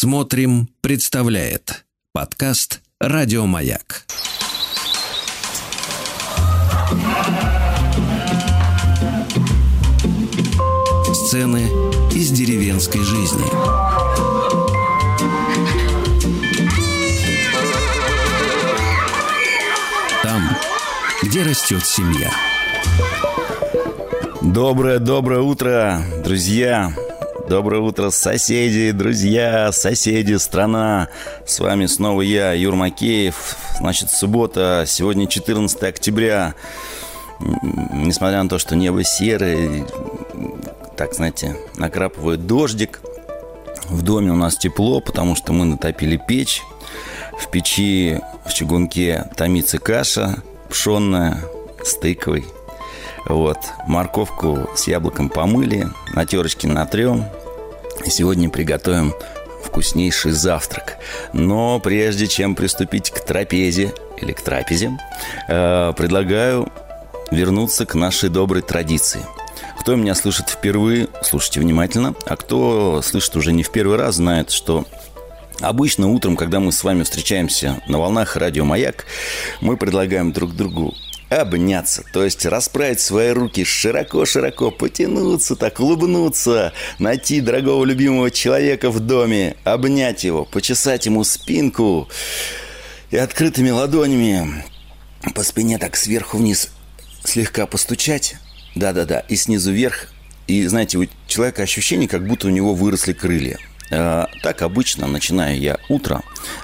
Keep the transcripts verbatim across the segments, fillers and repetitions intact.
Смотрим, представляет подкаст «Радио Маяк». Сцены из деревенской жизни. Там, где растет семья. Доброе-доброе утро, друзья! Доброе утро, соседи, друзья, соседи, страна. С вами снова я, Юр Макеев. Значит, суббота, сегодня четырнадцатое октября. Несмотря на то, что небо серое, так, знаете, накрапывает дождик. В доме у нас тепло, потому что мы натопили печь. В печи, в чугунке томится каша пшенная с тыквой. Вот, морковку с яблоком помыли, на терочке натрем. И сегодня приготовим вкуснейший завтрак. Но прежде чем приступить к трапезе или к трапезе, э, предлагаю вернуться к нашей доброй традиции. Кто меня слышит впервые, слушайте внимательно. А кто слышит уже не в первый раз, знает, что обычно утром, когда мы с вами встречаемся на волнах радио «Маяк», мы предлагаем друг другу обняться, то есть расправить свои руки широко-широко, потянуться так, улыбнуться, найти дорогого любимого человека в доме, обнять его, почесать ему спинку и открытыми ладонями по спине так сверху вниз слегка постучать, да-да-да, и снизу вверх. И знаете, у человека ощущение, как будто у него выросли крылья. Так обычно начинаю я утро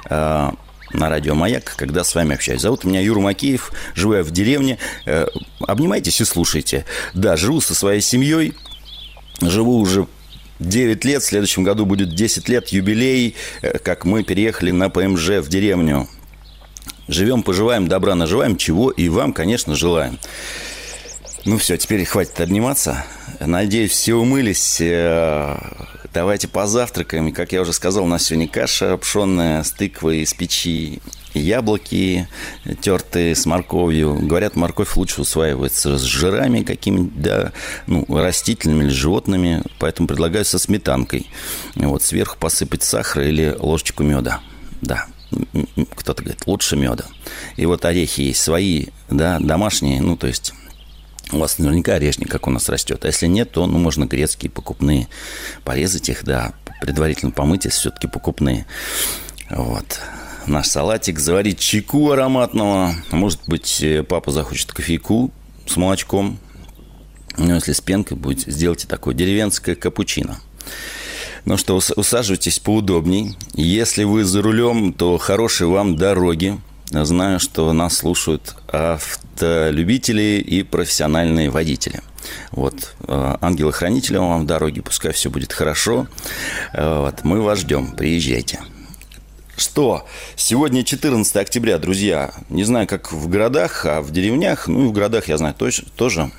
на радио «Маяк», когда с вами общаюсь. Зовут меня Юра Макеев, живу я в деревне. Э, обнимайтесь и слушайте. Да, живу со своей семьей. Живу уже девять лет. В следующем году будет десять лет юбилей, э, как мы переехали на ПМЖ в деревню. Живем, поживаем, добра наживаем, чего и вам, конечно, желаем. Ну все, теперь хватит обниматься. Надеюсь, все умылись. Давайте позавтракаем. И, как я уже сказал, у нас сегодня каша пшенная с тыквой из печи, яблоки тертые с морковью. Говорят, морковь лучше усваивается с жирами какими-нибудь, да, ну, растительными или животными. Поэтому предлагаю со сметанкой. Вот, сверху посыпать сахар или ложечку меда. Да, кто-то говорит, лучше меда. И вот орехи есть свои, да, домашние, ну, то есть... У вас наверняка орешник, как у нас растет. А если нет, то ну, можно грецкие, покупные. Порезать их, да, предварительно помыть, если все-таки покупные. Вот. Наш салатик. Заварить чайку ароматного. Может быть, папа захочет кофейку с молочком. Но если с пенкой будет, сделайте такое деревенское капучино. Ну что, усаживайтесь поудобней. Если вы за рулем, то хорошей вам дороги. Знаю, что нас слушают автолюбители и профессиональные водители. Вот, ангелы-хранители вам в дороге, пускай все будет хорошо. Вот, мы вас ждем, приезжайте. Что? Сегодня четырнадцатое октября, друзья. Не знаю, как в городах, а в деревнях, ну и в городах, я знаю, тоже, тоже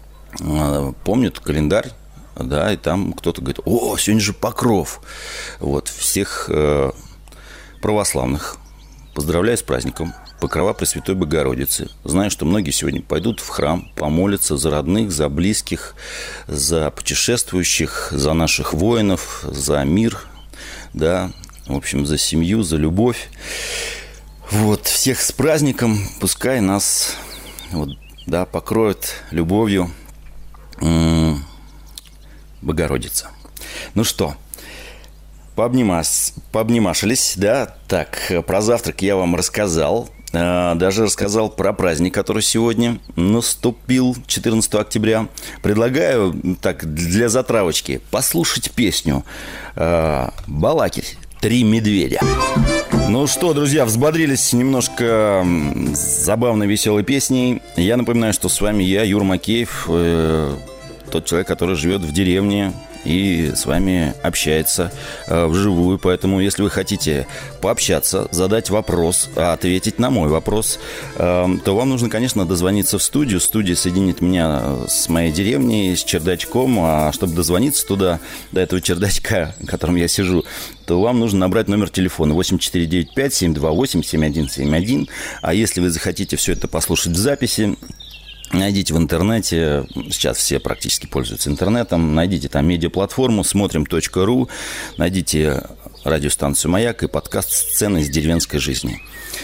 помнят календарь. Да, и там кто-то говорит, о, сегодня же Покров. Вот, всех э, православных поздравляю с праздником Покрова Пресвятой Богородицы. Знаю, что многие сегодня пойдут в храм помолиться за родных, за близких, за путешествующих, за наших воинов, за мир, да, в общем, за семью, за любовь. Вот, всех с праздником, пускай нас, вот, да, покроет любовью м-м, Богородица. Ну что, Пообнимаш, пообнимашились, да? Так, про завтрак я вам рассказал. Даже рассказал про праздник, который сегодня наступил, четырнадцатого октября. Предлагаю, так, для затравочки, послушать песню «Балаки. Три медведя». Ну что, друзья, взбодрились немножко забавной, веселой песней. Я напоминаю, что с вами я, Юр Макеев, тот человек, который живет в деревне и с вами общается э, вживую. Поэтому, если вы хотите пообщаться, задать вопрос, ответить на мой вопрос, э, то вам нужно, конечно, дозвониться в студию. Студия соединит меня с моей деревней, с чердачком. А чтобы дозвониться туда, до этого чердачка, в котором я сижу, то вам нужно набрать номер телефона восемь четыре девять пять семь два восемь семь один семь один. А если вы захотите все это послушать в записи, найдите в интернете, сейчас все практически пользуются интернетом, найдите там медиаплатформу смотрим точка ру, найдите радиостанцию «Маяк» и подкаст «Сцены из деревенской жизни».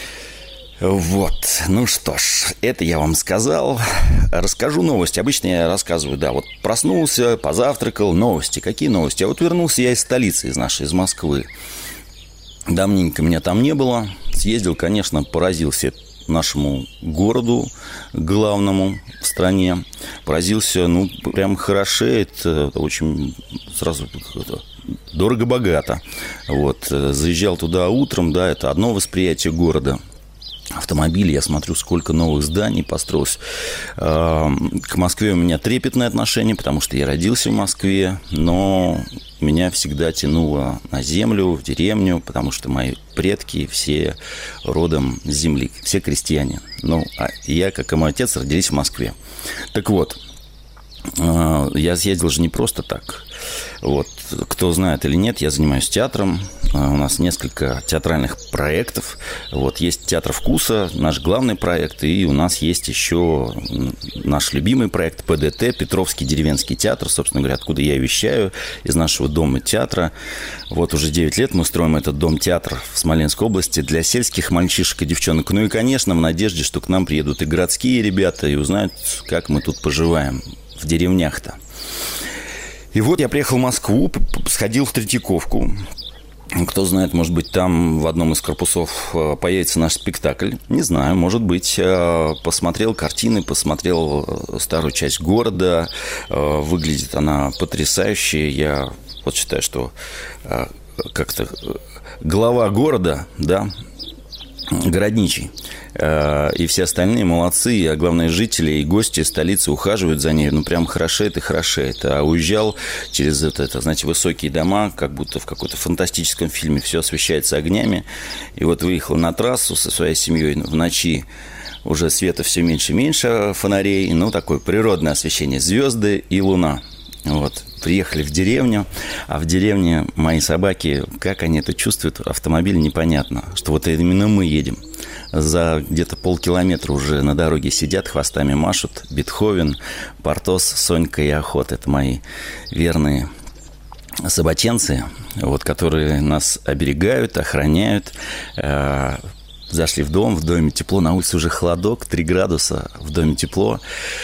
Вот, ну что ж, это я вам сказал. Расскажу новости. Обычно я рассказываю, да, вот проснулся, позавтракал, новости. Какие новости? А вот вернулся я из столицы, из нашей, из Москвы. Давненько меня там не было. Съездил, конечно, поразился нашему городу главному в стране. Поразился, ну, прям хорошеет, очень сразу дорого-богато. Вот, заезжал туда утром, да, это одно восприятие города. Автомобиль, я смотрю, сколько новых зданий построилось. К Москве у меня трепетное отношение, потому что я родился в Москве, но меня всегда тянуло на землю, в деревню, потому что мои предки все родом с земли, все крестьяне. Ну, а я, как и мой отец, родились в Москве. Так вот, я съездил же не просто так. Вот, кто знает или нет, я занимаюсь театром. У нас несколько театральных проектов. Вот, есть «Театр вкуса», наш главный проект. И у нас есть еще наш любимый проект ПДТ, Петровский деревенский театр. Собственно говоря, откуда я вещаю, из нашего дома театра. Вот уже девять лет мы строим этот дом-театр в Смоленской области для сельских мальчишек и девчонок. Ну и, конечно, в надежде, что к нам приедут и городские ребята, и узнают, как мы тут поживаем в деревнях-то. И вот я приехал в Москву, сходил в Третьяковку. Кто знает, может быть, там в одном из корпусов появится наш спектакль. Не знаю, может быть. Посмотрел картины, посмотрел старую часть города. Выглядит она потрясающе. Я вот считаю, что как-то глава города, да, городничий, и все остальные молодцы, а главное, жители и гости столицы ухаживают за ней. Ну, прям хорошеет и хорошеет. А уезжал через это, это, знаете, высокие дома, как будто в каком-то фантастическом фильме. Все освещается огнями. И вот выехал на трассу со своей семьей в ночи. Уже света все меньше и меньше, фонарей. Ну, такое природное освещение. Звезды и луна. Вот. Приехали в деревню, а в деревне мои собаки, как они это чувствуют, автомобиль непонятно, что вот именно мы едем. За где-то полкилометра уже на дороге сидят, хвостами машут. Бетховен, Портос, Сонька и Охот. Это мои верные собаченцы, вот, которые нас оберегают, охраняют. Зашли в дом, в доме тепло, на улице уже холодок, три градуса, в доме тепло.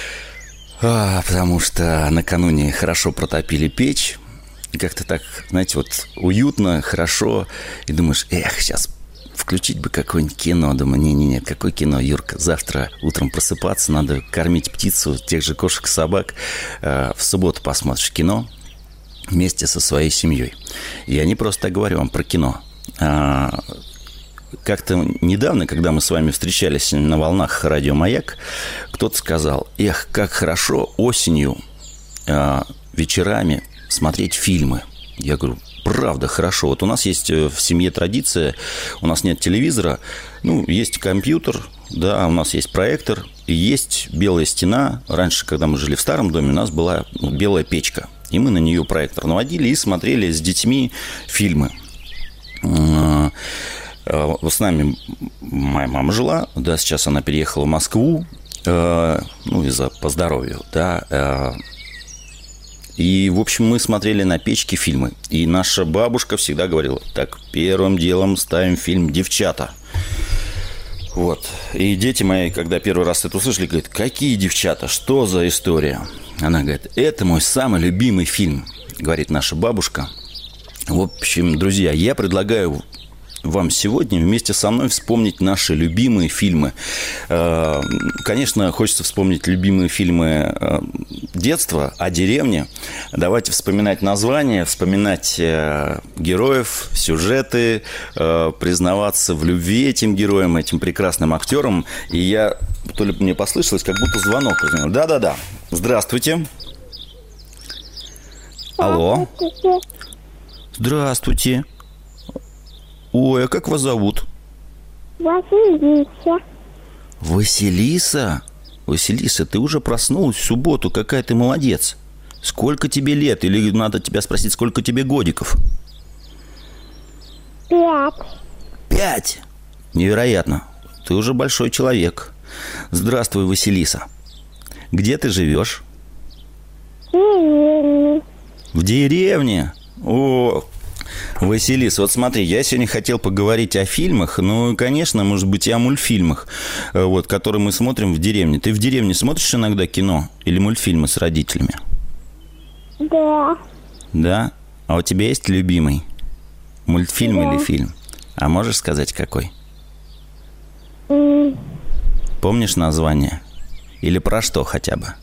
А, потому что накануне хорошо протопили печь. И как-то так, знаете, вот уютно, хорошо. И думаешь, эх, сейчас включить бы какое-нибудь кино. Думаю, не-не-не, какое кино, Юрка? Завтра утром просыпаться, надо кормить птицу, тех же кошек, собак. В субботу посмотришь кино вместе со своей семьей. Я не просто так говорю вам про кино. Как-то недавно, когда мы с вами встречались на волнах радио «Маяк», кто-то сказал, эх, как хорошо осенью э, вечерами смотреть фильмы. Я говорю, правда, хорошо. Вот у нас есть в семье традиция, у нас нет телевизора, ну, есть компьютер, да, у нас есть проектор, и есть белая стена. Раньше, когда мы жили в старом доме, у нас была ну, белая печка, и мы на нее проектор наводили и смотрели с детьми фильмы. С нами моя мама жила, да, сейчас она переехала в Москву, э, ну, из-за по здоровью, да, э, и, в общем, мы смотрели на печке фильмы, и наша бабушка всегда говорила, так, первым делом ставим фильм «Девчата». Вот, и дети мои, когда первый раз это услышали, говорят, какие девчата, что за история? Она говорит, это мой самый любимый фильм, говорит наша бабушка. В общем, друзья, я предлагаю вам сегодня вместе со мной вспомнить наши любимые фильмы. Конечно, хочется вспомнить любимые фильмы детства, о деревне. Давайте вспоминать названия, вспоминать героев, сюжеты, признаваться в любви этим героям, этим прекрасным актерам. И я, то ли мне послышалось, как будто звонок прозвенел. Да-да-да. Здравствуйте. Алло. Здравствуйте. Ой, а как вас зовут? Василиса. Василиса? Василиса, ты уже проснулась в субботу, какая ты молодец. Сколько тебе лет? Или надо тебя спросить, сколько тебе годиков? Пять. Пять? Невероятно. Ты уже большой человек. Здравствуй, Василиса. Где ты живешь? В деревне. В деревне? О, Василис, вот смотри, я сегодня хотел поговорить о фильмах, ну, конечно, может быть, и о мультфильмах, вот, которые мы смотрим в деревне. Ты в деревне смотришь иногда кино или мультфильмы с родителями? Да. Да? А у тебя есть любимый мультфильм Да. или фильм? А можешь сказать, какой? М, Помнишь название? Или про что хотя бы?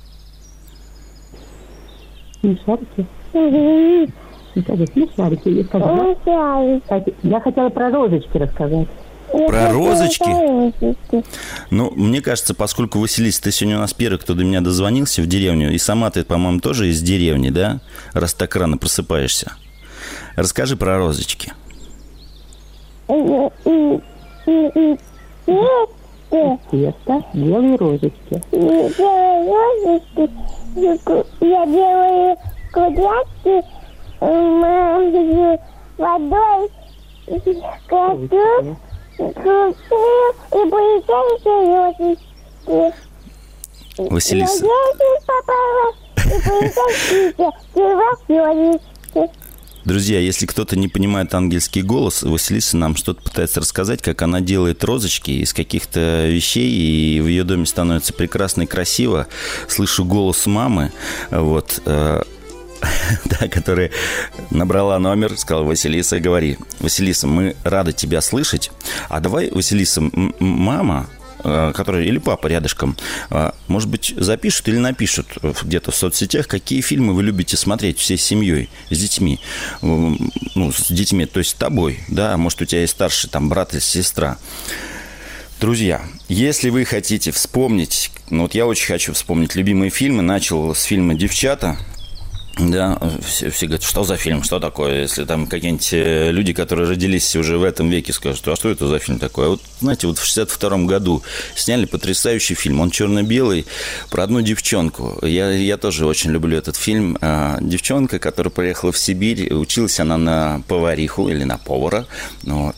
Смешарики? м, Скажи, смешарики. Я, сказала, м, кстати, я хотела про розочки рассказать. я Про хотела розочки? розочки. Ну, мне кажется, поскольку, Василиса, ты сегодня у нас первый, кто до меня дозвонился в деревню, и сама ты, по-моему, тоже из деревни, да? Раз так рано просыпаешься. Расскажи про розочки. М, м, м, м, м, Тесто, белые розочки. м, делаю розочки. Я делаю квадратики м, водой, кладу, крутую и получается розочки. Василиса. Я розочки попала и получается розочки. Друзья, если кто-то не понимает ангельский голос, Василиса нам что-то пытается рассказать, как она делает розочки из каких-то вещей, и в ее доме становится прекрасно и красиво. Слышу голос мамы, вот, э, да, которая набрала номер, сказала: Василиса, говори. Василиса, мы рады тебя слышать. А давай, Василиса, м- мама, э, которая или папа рядышком, э, может быть, запишут или напишут где-то в соцсетях, какие фильмы вы любите смотреть всей семьей, с детьми. М, Ну, с детьми, то есть с тобой, да, может, у тебя есть старший там брат или сестра. Друзья, если вы хотите вспомнить, ну вот я очень хочу вспомнить любимые фильмы, начал с фильма «Девчата». Да, все, все говорят, что за фильм, что такое? Если там какие-нибудь э, люди, которые родились уже в этом веке, скажут: а что это за фильм такой? А вот, знаете, вот в шестьдесят втором году сняли потрясающий фильм. Он черно-белый, про одну девчонку. Я, я тоже очень люблю этот фильм. А, девчонка, которая приехала в Сибирь, училась она на повариху или на повара. Но,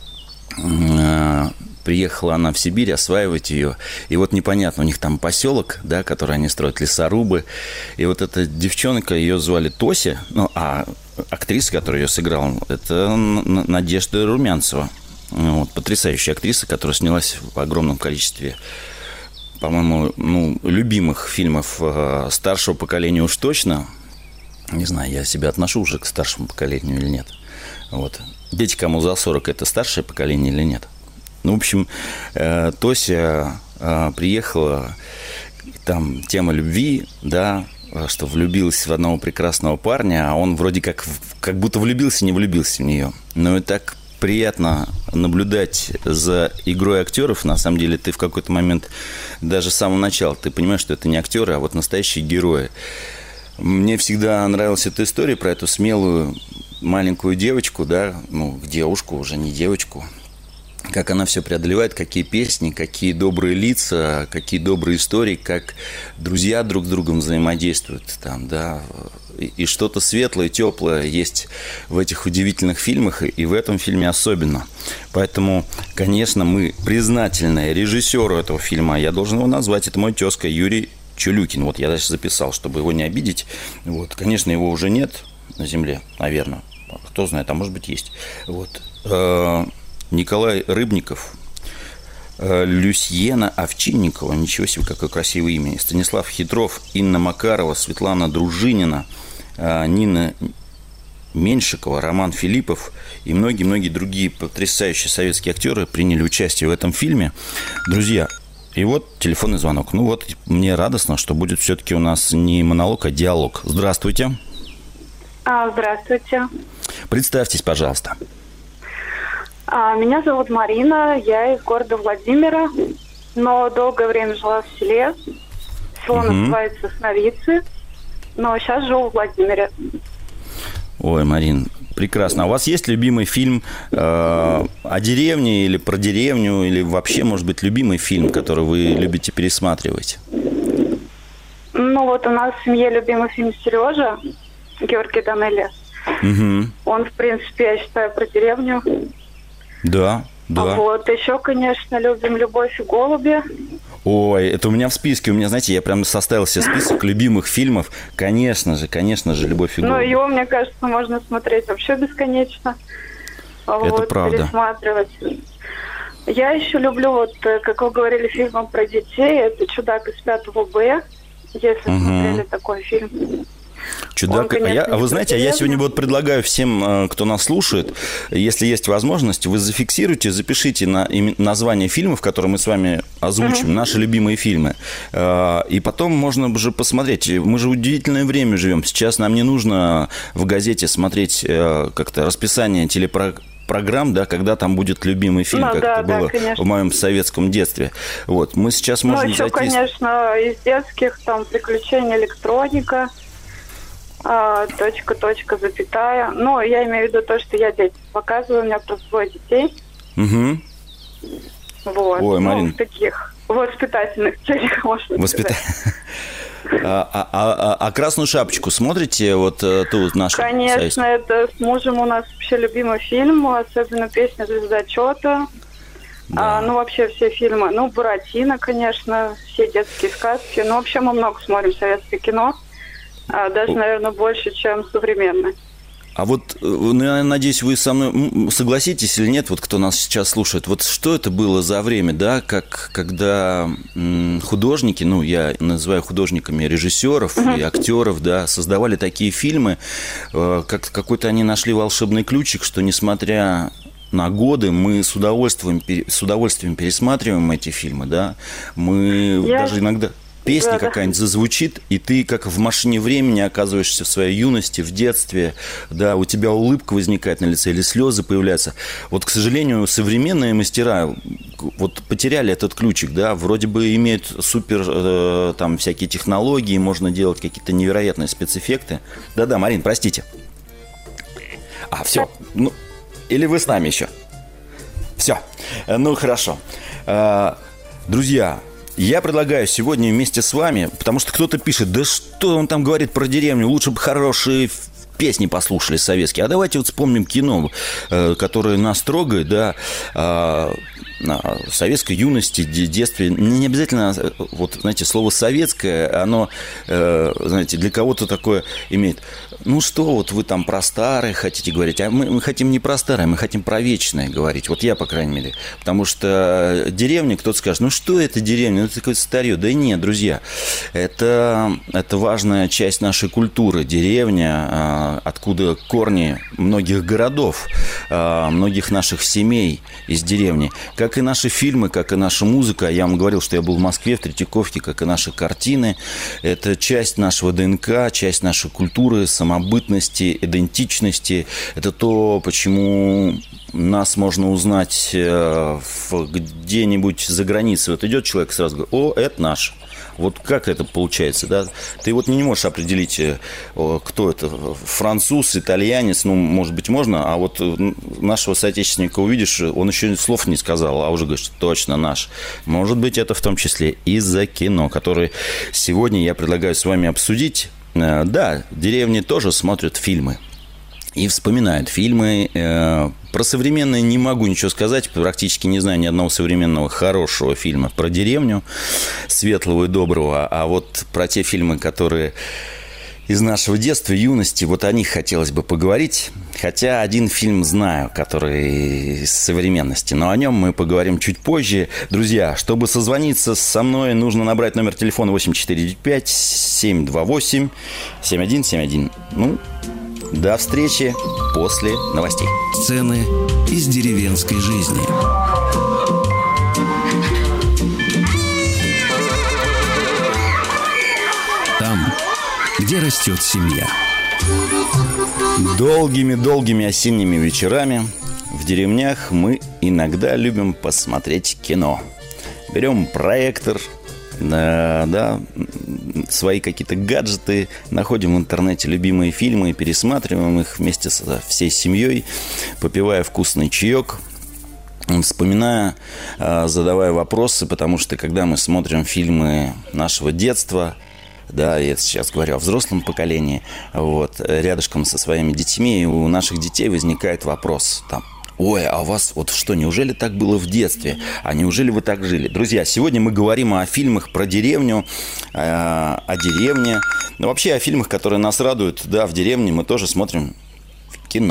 а, приехала она в Сибирь осваивать ее. И вот непонятно, у них там поселок, да, который они строят, лесорубы. И вот эта девчонка, ее звали Тося, ну, а актриса, которая ее сыграла, это Надежда Румянцева. Вот, потрясающая актриса, которая снялась в огромном количестве, по-моему, ну, любимых фильмов э, старшего поколения уж точно. Не знаю, я себя отношу уже к старшему поколению или нет. Вот. Дети, кому за сорок, это старшее поколение или нет? Ну, в общем, э, Тося э, приехала, там тема любви, да, что влюбилась в одного прекрасного парня, а он вроде как, как будто влюбился, не влюбился в нее. Но и так приятно наблюдать за игрой актеров. На самом деле ты в какой-то момент, даже с самого начала, ты понимаешь, что это не актеры, а вот настоящие герои. Мне всегда нравилась эта история про эту смелую маленькую девочку, да, ну, девушку, уже не девочку, как она все преодолевает, какие песни, какие добрые лица, какие добрые истории, как друзья друг с другом взаимодействуют там, да, и, и что-то светлое, теплое есть в этих удивительных фильмах, и в этом фильме особенно. Поэтому, конечно, мы признательны режиссеру этого фильма, я должен его назвать, это мой тезка Юрий Чулюкин. Вот я даже записал, чтобы его не обидеть. Вот, конечно, его уже нет на земле, наверное, кто знает, а может быть есть. Вот. Николай Рыбников, Люсьена Овчинникова, ничего себе, какое красивое имя, Станислав Хитров, Инна Макарова, Светлана Дружинина, Нина Меньшикова, Роман Филиппов и многие-многие другие потрясающие советские актеры приняли участие в этом фильме. Друзья, и вот телефонный звонок. Ну вот, мне радостно, что будет все-таки у нас не монолог, а диалог. Здравствуйте. А, здравствуйте. Представьтесь, пожалуйста. А, меня зовут Марина, я из города Владимира, но долгое время жила в селе. Село угу. называется Сновицы, но сейчас живу в Владимире. Ой, Марин, прекрасно. А у вас есть любимый фильм э, о деревне или про деревню, или вообще, может быть, любимый фильм, который вы любите пересматривать? Ну вот у нас в семье любимый фильм «Сережа» Георгия Данелия. Угу. Он, в принципе, я считаю, про деревню. Да, да. А вот еще, конечно, любим «Любовь и голуби». Ой, это у меня в списке. У меня, знаете, я прям составил себе список любимых фильмов. Конечно же, конечно же, «Любовь и голуби». Ну, его, мне кажется, можно смотреть вообще бесконечно. Это вот, правда. пересматривать. Я еще люблю, вот, как вы говорили, фильмы про детей. Это «Чудак из пятого Б», если Угу. смотрели такой фильм. Чудак. Он, конечно, а, я, а вы знаете, а я сегодня вот предлагаю всем, кто нас слушает, если есть возможность, вы зафиксируйте, запишите на, название фильмов, которые мы с вами озвучим, uh-huh. наши любимые фильмы. И потом можно уже посмотреть. Мы же в удивительное время живем. Сейчас нам не нужно в газете смотреть как-то расписание телепрограмм, программ, да, когда там будет любимый фильм, ну, как да, это было да, в моем советском детстве. Вот. Мы сейчас можем ну, еще, зайти... конечно, из детских, там, «Приключения электроника», а, точка, точка, запятая. Ну, я имею в виду то, что я детям показываю, у меня просто двое детей. Угу. Вот. Ой, ну, Марин. в таких воспитательных целях, можно Воспита... сказать. А, а, а, а «Красную шапочку» смотрите? Вот ту нашу? Конечно, советскую? Это с мужем у нас вообще любимый фильм, особенно песня «Звездочета». Да. А, ну, вообще все фильмы. Ну, «Буратино», конечно, все детские сказки. Ну, вообще мы много смотрим советское кино. А, даже, наверное, больше, чем современное. А вот, ну, я надеюсь, вы со мной согласитесь или нет, вот кто нас сейчас слушает, вот что это было за время, да, как, когда художники, ну, я называю художниками режиссеров uh-huh. и актеров, да, создавали такие фильмы, как какой-то они нашли волшебный ключик, что несмотря на годы мы с удовольствием, с удовольствием пересматриваем эти фильмы, да, мы я... даже иногда... Песня да, какая-нибудь да. зазвучит, и ты, как в машине времени, оказываешься в своей юности, в детстве, да, у тебя улыбка возникает на лице или слезы появляются. Вот, к сожалению, современные мастера вот потеряли этот ключик, да, вроде бы имеют супер, э, там, всякие технологии, можно делать какие-то невероятные спецэффекты. Да-да, Марин, простите. А, все. Ну, или вы с нами еще? Все. Ну, хорошо. Друзья, я предлагаю сегодня вместе с вами, потому что кто-то пишет, да что он там говорит про деревню, лучше бы хорошие песни послушали советские. А давайте вот вспомним кино, которое нас трогает, да, советской юности, детстве. Не обязательно, вот, знаете, слово «советское», оно, знаете, для кого-то такое имеет. Ну что, вот вы там про старое хотите говорить, а мы, мы хотим не про старое, мы хотим про вечное говорить. Вот я, по крайней мере. Потому что деревня, кто-то скажет, ну что это деревня, ну это такое старье. Да и нет, друзья, это, это важная часть нашей культуры. Деревня, откуда корни многих городов, многих наших семей из деревни. Как и наши фильмы, как и наша музыка. Я вам говорил, что я был в Москве, в Третьяковке, как и наши картины. Это часть нашего ДНК, часть нашей культуры, самобытности, идентичности. Это то, почему нас можно узнать где-нибудь за границей. Вот идет человек и сразу говорит, о, это наш. Вот как это получается, да? Ты вот не можешь определить, кто это, француз, итальянец, ну, может быть, можно, а вот нашего соотечественника увидишь, он еще слов не сказал, а уже говорит, что точно наш. Может быть, это в том числе из-за кино, которое сегодня я предлагаю с вами обсудить. Да, деревни тоже смотрят фильмы и вспоминают фильмы. Про современные не могу ничего сказать. Практически не знаю ни одного современного хорошего фильма про деревню, светлого и доброго. А вот про те фильмы, которые из нашего детства, юности, вот о них хотелось бы поговорить. Хотя один фильм знаю, который из современности, но о нем мы поговорим чуть позже. Друзья, чтобы созвониться со мной, нужно набрать номер телефона восемь четыре девять пять семь два восемь семь один семь один. Ну, до встречи после новостей. Сцены из деревенской жизни. Там, где растет семья. Долгими-долгими осенними вечерами в деревнях мы иногда любим посмотреть кино. Берем проектор, да, да, свои какие-то гаджеты, находим в интернете любимые фильмы и пересматриваем их вместе со всей семьей, попивая вкусный чаек, вспоминая, задавая вопросы, потому что когда мы смотрим фильмы нашего детства, да, я сейчас говорю о взрослом поколении, вот, рядышком со своими детьми, у наших детей возникает вопрос там: ой, а у вас вот что, неужели так было в детстве? А неужели вы так жили? Друзья, сегодня мы говорим о фильмах про деревню, э, о деревне. Ну, вообще о фильмах, которые нас радуют. Да, в деревне мы тоже смотрим кино.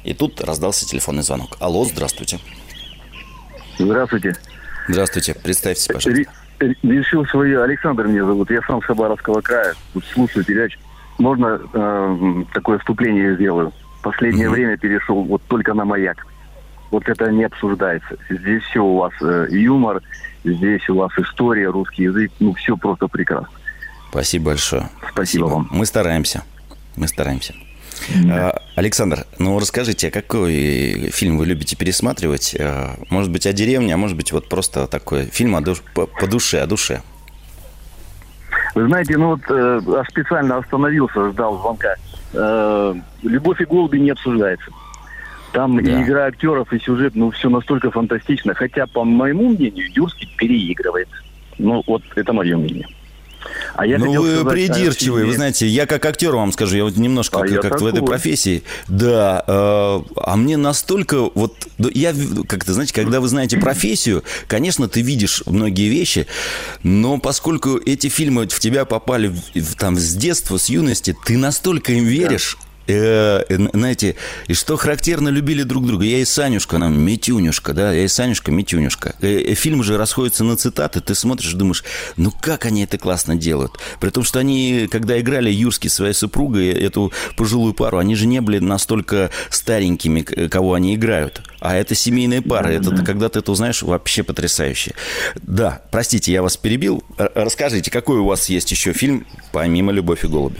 И тут раздался телефонный звонок. Алло, здравствуйте. Здравствуйте. Здравствуйте, представьтесь, пожалуйста. Решил свое. Александр меня зовут. Я сам с Хабаровского края. Слушаю передачу. Можно э, такое вступление сделаю? Последнее uh-huh. время перешел вот только на «Маяк». Вот это не обсуждается. Здесь все у вас э, юмор, здесь у вас история, русский язык. Ну, все просто прекрасно. Спасибо большое. Спасибо, Спасибо вам. Мы стараемся. Мы стараемся. Mm-hmm. Александр, ну расскажите, а какой фильм вы любите пересматривать? Может быть, о деревне, а может быть, вот просто такой фильм о душ... по, по душе, о душе? Вы знаете, ну вот э, специально остановился, ждал звонка. Э, «Любовь и голуби» не обсуждается. Там да. и игра актеров, и сюжет, ну все настолько фантастично. Хотя, по моему мнению, Юрский переигрывает. Ну вот это мое мнение. А я ну, вы придирчивый, вы знаете, я как актер вам скажу, я вот немножко а как-то в этой профессии, да, э, а мне настолько, вот, я, как-то, знаете, когда вы знаете профессию, конечно, ты видишь многие вещи, но поскольку эти фильмы в тебя попали в, там с детства, с юности, ты настолько им веришь, да. Э, знаете, и что характерно, любили друг друга. Я и Санюшка, нам Митюнюшка, да, я и Санюшка, Митюнюшка. Э, фильмы же расходятся на цитаты, ты смотришь и думаешь, ну как они это классно делают. При том, что они, когда играли Юрский своей супругой, эту пожилую пару, они же не были настолько старенькими, кого они играют. А это семейная пара, это ты, когда ты это узнаешь, вообще потрясающе. Да, простите, я вас перебил. Расскажите, какой у вас есть еще фильм, помимо «Любовь и голуби»?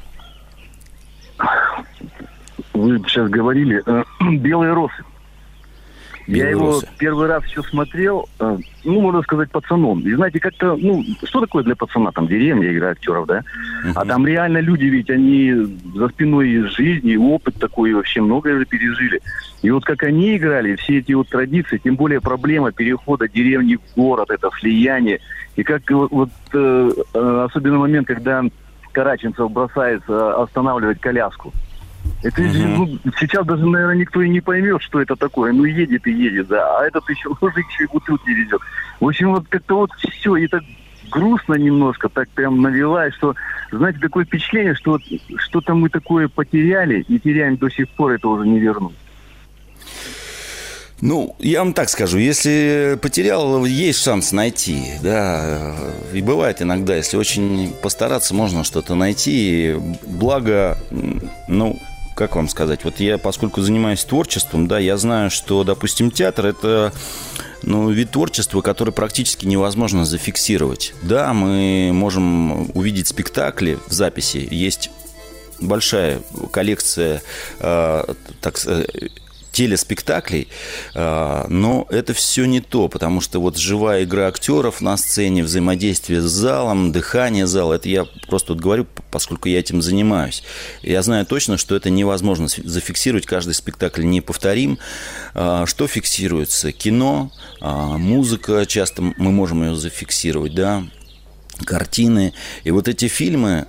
Вы сейчас говорили э, «Белые росы». Белые Я его росы. первый раз еще смотрел, э, ну, можно сказать, пацаном. И знаете, как-то, ну, что такое для пацана? Там деревня, игра актеров, да? Uh-huh. А там реально люди ведь, они за спиной жизни, опыт такой, вообще многое же пережили. И вот как они играли, все эти вот традиции, тем более проблема перехода деревни в город, это слияние. И как вот, вот э, особенно момент, когда Караченцев бросается останавливать коляску. Это uh-huh. ну, сейчас даже, наверное, никто и не поймет, что это такое. Ну, едет и едет, да. А этот еще мужик еще и бутылки везет. В общем, вот как-то вот все. И так грустно немножко, так прям навевает, что, знаете, такое впечатление, что вот что-то мы такое потеряли и теряем до сих пор, это уже не вернуть. Ну, я вам так скажу, если потерял, есть шанс найти, да, и бывает иногда, если очень постараться, можно что-то найти, благо, ну, как вам сказать, вот я, поскольку занимаюсь творчеством, да, я знаю, что, допустим, театр – это, ну, вид творчества, который практически невозможно зафиксировать. Да, мы можем увидеть спектакли в записи, есть большая коллекция, э, так сказать, телеспектаклей, но это все не то, потому что вот живая игра актеров на сцене, взаимодействие с залом, дыхание зала, это я просто вот говорю, поскольку я этим занимаюсь. Я знаю точно, что это невозможно зафиксировать, каждый спектакль неповторим. Что фиксируется? Кино, музыка, часто мы можем ее зафиксировать, да, картины. И вот эти фильмы,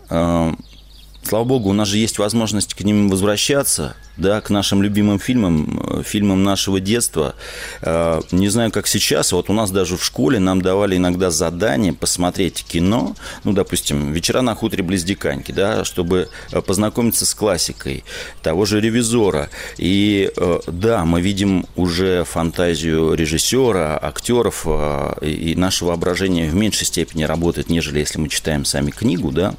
слава богу, у нас же есть возможность к ним возвращаться, да, к нашим любимым фильмам, фильмам нашего детства. Не знаю, как сейчас, вот у нас даже в школе нам давали иногда задание посмотреть кино, ну, допустим, «Вечера на хуторе близ Диканьки», да, чтобы познакомиться с классикой того же «Ревизора». И да, мы видим уже фантазию режиссера, актеров, и наше воображение в меньшей степени работает, нежели если мы читаем сами книгу, да.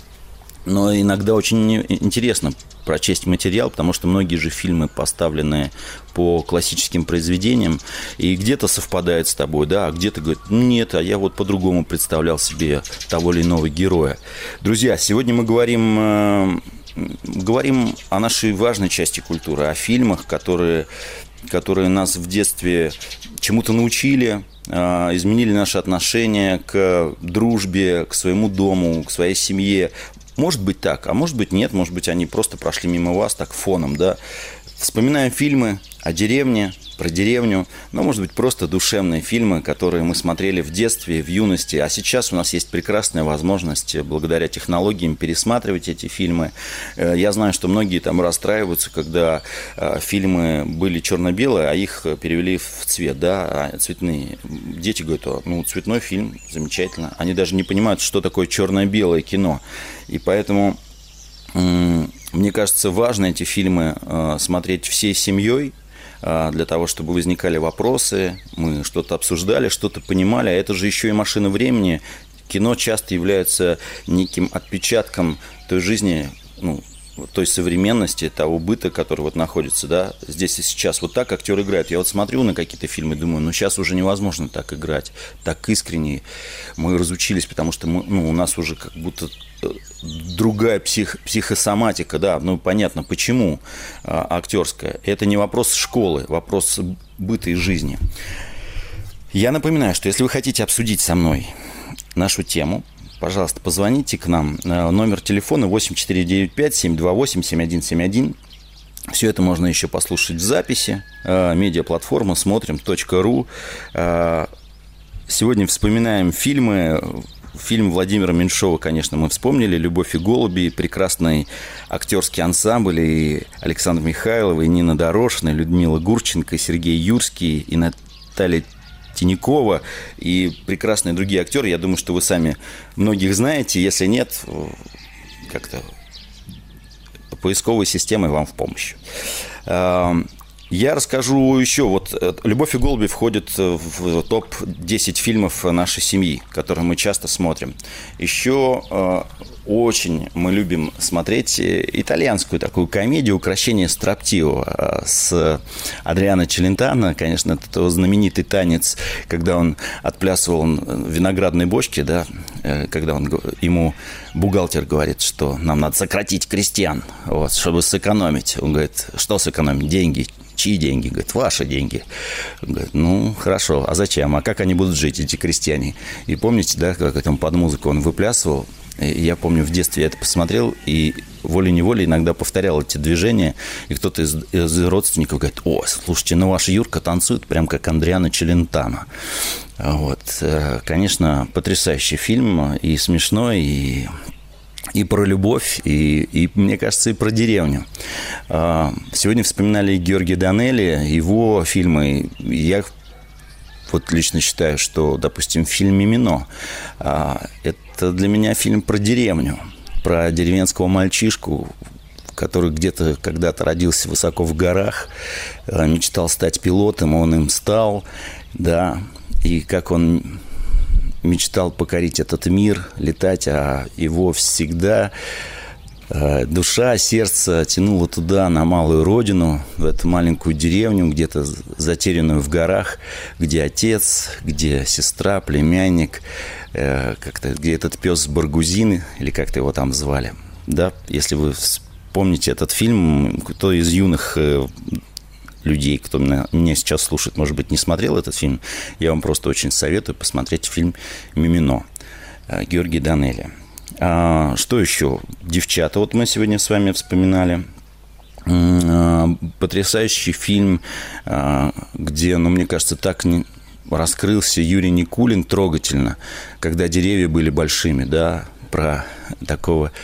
Но иногда очень интересно прочесть материал, потому что многие же фильмы поставлены по классическим произведениям, и где-то совпадает с тобой, да, а где-то говорит, нет, а я вот по-другому представлял себе того или иного героя. Друзья, сегодня мы говорим, говорим о нашей важной части культуры, о фильмах, которые, которые нас в детстве чему-то научили, изменили наши отношения к дружбе, к своему дому, к своей семье. Может быть так, а может быть нет, может быть они просто прошли мимо вас так фоном, да. Вспоминаем фильмы о деревне, про деревню, но, может быть, просто душевные фильмы, которые мы смотрели в детстве, в юности. А сейчас у нас есть прекрасная возможность, благодаря технологиям, пересматривать эти фильмы. Я знаю, что многие там расстраиваются, когда фильмы были черно-белые, а их перевели в цвет, да, цветные. Дети говорят, ну, цветной фильм, замечательно. Они даже не понимают, что такое черно-белое кино. И поэтому Мне кажется, важно эти фильмы э, смотреть всей семьей, э, для того, чтобы возникали вопросы, мы что-то обсуждали, что-то понимали. А это же еще и машина времени. Кино часто является неким отпечатком той жизни, ну, той современности, того быта, который вот находится, да, здесь и сейчас. Вот так актеры играют. Я вот смотрю на какие-то фильмы, думаю, ну, сейчас уже невозможно так играть, так искренне. Мы разучились, потому что мы, ну, у нас уже как будто другая псих, психосоматика, да, ну, понятно, почему а, актерская. Это не вопрос школы, вопрос быта и жизни. Я напоминаю, что если вы хотите обсудить со мной нашу тему, пожалуйста, позвоните к нам. Номер телефона восемь четыре девять пять семь два восемь семь один семь один. Все это можно еще послушать в записи. Медиаплатформа смотрим точка ру. Сегодня вспоминаем фильмы. Фильм Владимира Меньшова, конечно, мы вспомнили. «Любовь и голуби», прекрасный актерский ансамбль. И Александр Михайлов, и Нина Дорошина, и Людмила Гурченко, и Сергей Юрский, и Наталья Тинякова и прекрасные другие актеры. Я думаю, что вы сами многих знаете. Если нет, как-то поисковой системой вам в помощь. Я расскажу еще. Вот «Любовь и голуби» входит в топ десять фильмов нашей семьи, которые мы часто смотрим. Еще очень мы любим смотреть итальянскую такую комедию «Укрощение строптивого» с Адриано Челентано. Конечно, это его знаменитый танец, когда он отплясывал в виноградной бочке, да, когда он, ему бухгалтер говорит, что нам надо сократить крестьян, вот, чтобы сэкономить. Он говорит, что сэкономить? Деньги. Чьи деньги? Говорит, ваши деньги. Говорит, ну, хорошо, а зачем? А как они будут жить, эти крестьяне? И помните, да, как там под музыку он выплясывал? Я помню, в детстве я это посмотрел, и волей-неволей иногда повторял эти движения, и кто-то из, из родственников говорит, о, слушайте, ну ваш Юрка танцует прям как Адриано Челентано. Вот. Конечно, потрясающий фильм, и смешной, и... И про любовь, и, и, мне кажется, и про деревню. Сегодня вспоминали Георгия Данелли, его фильмы. Я вот лично считаю, что, допустим, фильм «Мимино» – это для меня фильм про деревню, про деревенского мальчишку, который где-то когда-то родился высоко в горах, мечтал стать пилотом, он им стал, да, и как он... мечтал покорить этот мир, летать, а его всегда э, душа, сердце тянуло туда, на малую родину, в эту маленькую деревню, где-то затерянную в горах, где отец, где сестра, племянник, э, как-то, где этот пес Баргузин, или как-то его там звали. Да, если вы вспомните этот фильм, кто из юных... Э, людей, кто меня, меня сейчас слушает, может быть, не смотрел этот фильм, я вам просто очень советую посмотреть фильм «Мимино» Георгия Данелли. А, что еще? «Девчата». Вот мы сегодня с вами вспоминали. А, потрясающий фильм, а, где, ну, мне кажется, так не... раскрылся Юрий Никулин трогательно, когда деревья были большими, да, про такого...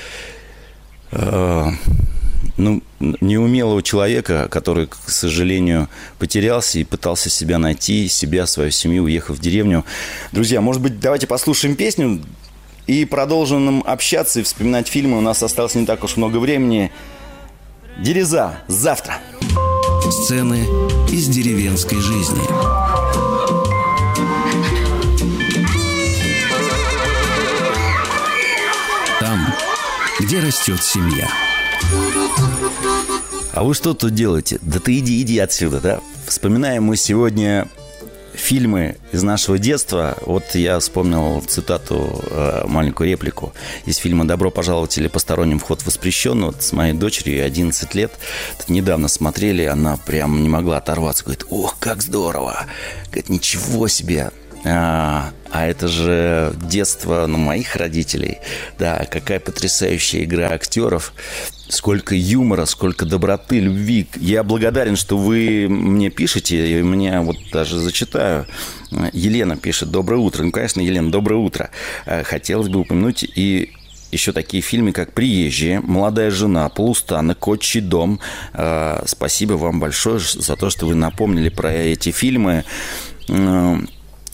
А, ну, неумелого человека, который, к сожалению, потерялся и пытался себя найти, себя, свою семью, уехав в деревню. Друзья, может быть, давайте послушаем песню и продолжим общаться и вспоминать фильмы. У нас осталось не так уж много времени. Дереза, завтра. Сцены из деревенской жизни. Там, где растет семья. А вы что тут делаете? Да ты иди, иди отсюда, да? Вспоминаем мы сегодня фильмы из нашего детства. Вот я вспомнил цитату, маленькую реплику из фильма «Добро пожаловать» или «Посторонним вход воспрещен». Вот с моей дочерью, одиннадцать лет, недавно смотрели, она прям не могла оторваться. Говорит, ох, как здорово! Говорит, ничего себе! А, а это же детство, ну, моих родителей. Да, какая потрясающая игра актеров. Сколько юмора, сколько доброты, любви. Я благодарен, что вы мне пишете. И мне вот даже зачитаю. Елена пишет: доброе утро. Ну, конечно, Елена, доброе утро. Хотелось бы упомянуть и еще такие фильмы, как «Приезжие», «Молодая жена», «Полустанок», «Отчий дом». Спасибо вам большое за то, что вы напомнили про эти фильмы.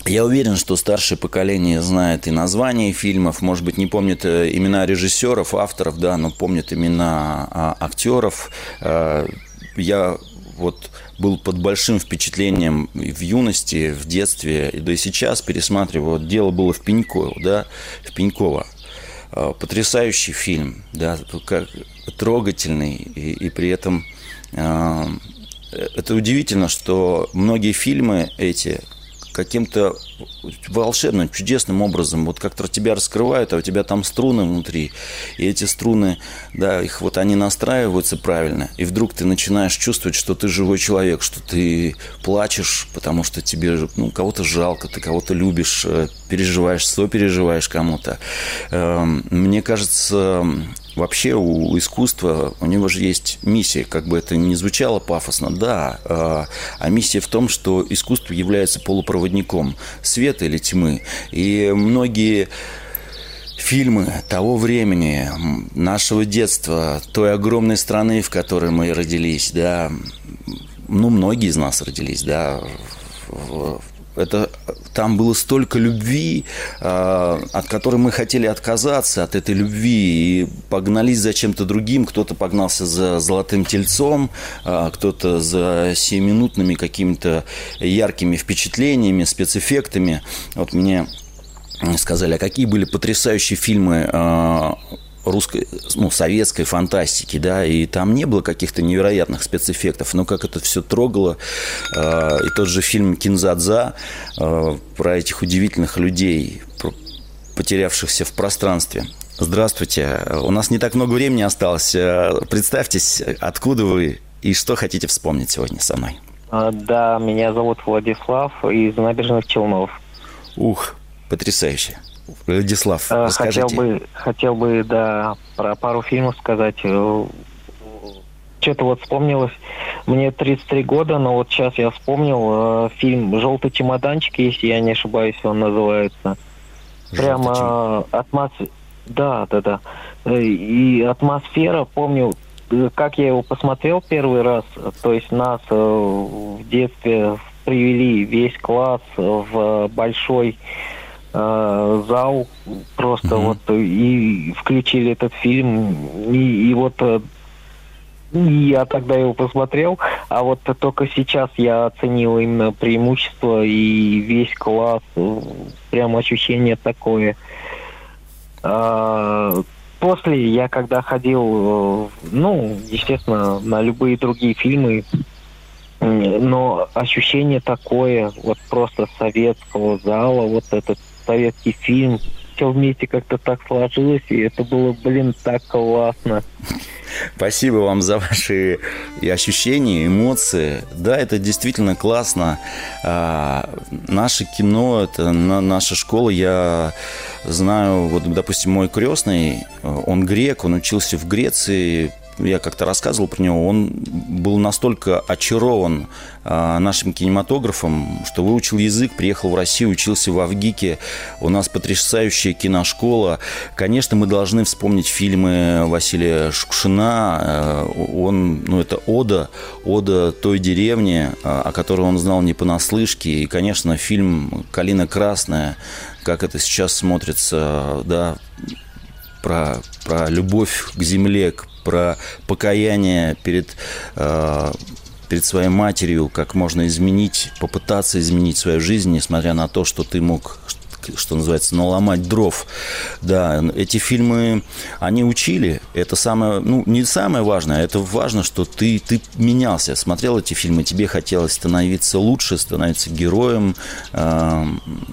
Я уверен, что старшее поколение знает и названия фильмов, может быть, не помнит имена режиссеров, авторов, да, но помнит имена а, актеров. А, я вот был под большим впечатлением в юности, в детстве, да и сейчас пересматриваю. Вот дело было в Пеньково, да, в Пеньково. А, потрясающий фильм, да, как трогательный, и, и при этом а, это удивительно, что многие фильмы эти каким-то волшебным, чудесным образом вот как-то тебя раскрывают, а у тебя там струны внутри, и эти струны, да, их вот они настраиваются правильно, и вдруг ты начинаешь чувствовать, что ты живой человек, что ты плачешь, потому что тебе, ну, кого-то жалко, ты кого-то любишь, переживаешь, сопереживаешь кому-то. Мне кажется, вообще у искусства, у него же есть миссия, как бы это ни звучало пафосно, да, а миссия в том, что искусство является полупроводником света или тьмы. И многие фильмы того времени, нашего детства, той огромной страны, в которой мы родились, да, ну, многие из нас родились, да, это, там было столько любви, от которой мы хотели отказаться, от этой любви, и погнались за чем-то другим. Кто-то погнался за «Золотым тельцом», кто-то за сиюминутными какими-то яркими впечатлениями, спецэффектами. Вот мне сказали, а какие были потрясающие фильмы русской, ну, советской фантастики, да, и там не было каких-то невероятных спецэффектов, но как это все трогало, э, и тот же фильм «Кинзадза» э, про этих удивительных людей, про потерявшихся в пространстве. Здравствуйте, у нас не так много времени осталось, представьтесь, откуда вы и что хотите вспомнить сегодня со мной. Да, меня зовут Владислав из Набережных Челнов. Ух, потрясающе. Владислав, расскажите. Хотел бы, хотел бы, да, про пару фильмов сказать. Что-то вот вспомнилось. Мне тридцать три года, но вот сейчас я вспомнил фильм «Желтый чемоданчик», если я не ошибаюсь, он называется. Прямо атмосфера. Да, да, да. И атмосфера, помню, как я его посмотрел первый раз. То есть нас в детстве привели весь класс в большой зал, просто mm-hmm. вот и включили этот фильм, и, и вот я тогда его посмотрел, а вот только сейчас я оценил именно преимущество и весь класс, прям ощущение такое. После я когда ходил, ну, естественно, на любые другие фильмы, но ощущение такое, вот просто советского зала, вот этот советский фильм, все вместе как-то так сложилось, и это было, блин, так классно. Спасибо вам за ваши и ощущения, эмоции. Да, это действительно классно. А, наше кино, это на, наша школа. Я знаю, вот, допустим, мой крестный, он грек, он учился в Греции. Я как-то рассказывал про него, он был настолько очарован а, нашим кинематографом, что выучил язык, приехал в Россию, учился в Авгике. У нас потрясающая киношкола. Конечно, мы должны вспомнить фильмы Василия Шукшина. Он, ну, это ода, ода той деревни, о которой он знал не понаслышке. И, конечно, фильм «Калина красная», как это сейчас смотрится, да, про, про любовь к земле, к про покаяние перед, э, перед своей матерью, как можно изменить, попытаться изменить свою жизнь, несмотря на то, что ты мог, что называется, наломать дров. Да, эти фильмы, они учили. Это самое, ну, не самое важное, это важно, что ты, ты менялся, смотрел эти фильмы, тебе хотелось становиться лучше, становиться героем. Э,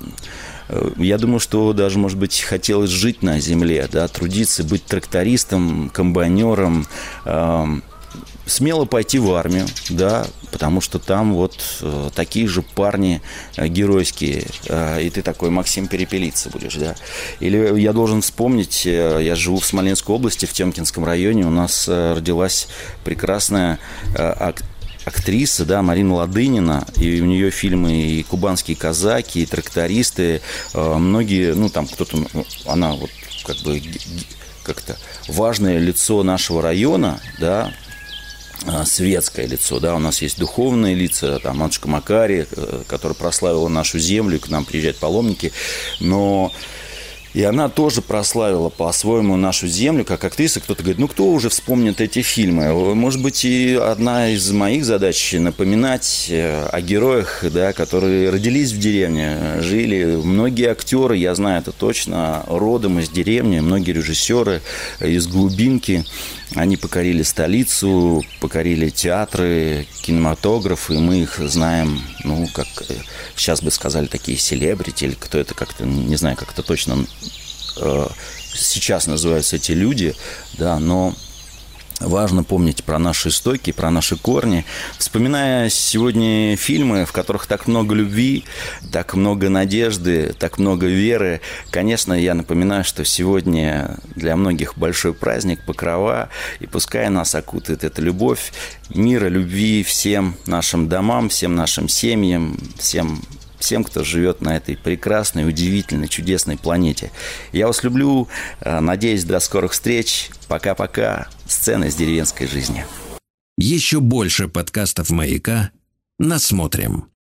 Я думаю, что даже, может быть, хотелось жить на земле, да, трудиться, быть трактористом, комбайнером, э, смело пойти в армию, да, потому что там вот э, такие же парни э, геройские, э, и ты такой Максим Перепелица будешь, да. Или я должен вспомнить, э, я живу в Смоленской области, в Темкинском районе, у нас э, родилась прекрасная э, актриса, актриса, да, Марина Ладынина, и у нее фильмы и «Кубанские казаки», и «Трактористы», э, многие, ну, там кто-то, она вот как бы как-то важное лицо нашего района, да, светское лицо, да, у нас есть духовные лица, там, матушка Макария, которая прославила нашу землю, к нам приезжают паломники, но и она тоже прославила по-своему нашу землю, как актриса. Кто-то говорит, ну, кто уже вспомнит эти фильмы? Может быть, и одна из моих задач – напоминать о героях, да, которые родились в деревне, жили. Многие актеры, я знаю это точно, родом из деревни, многие режиссеры из глубинки. Они покорили столицу, покорили театры, кинематограф, и мы их знаем, ну, как сейчас бы сказали, такие селебрити, или кто это как-то, не знаю, как это точно э, сейчас называются эти люди, да, но важно помнить про наши истоки, про наши корни. Вспоминая сегодня фильмы, в которых так много любви, так много надежды, так много веры, конечно, я напоминаю, что сегодня для многих большой праздник Покрова, и пускай нас окутает эта любовь, мира, любви всем нашим домам, всем нашим семьям, всем всем, кто живет на этой прекрасной, удивительной, чудесной планете. Я вас люблю. Надеюсь, до скорых встреч. Пока-пока. Сцены из деревенской жизни. Еще больше подкастов «Маяка» насмотрим.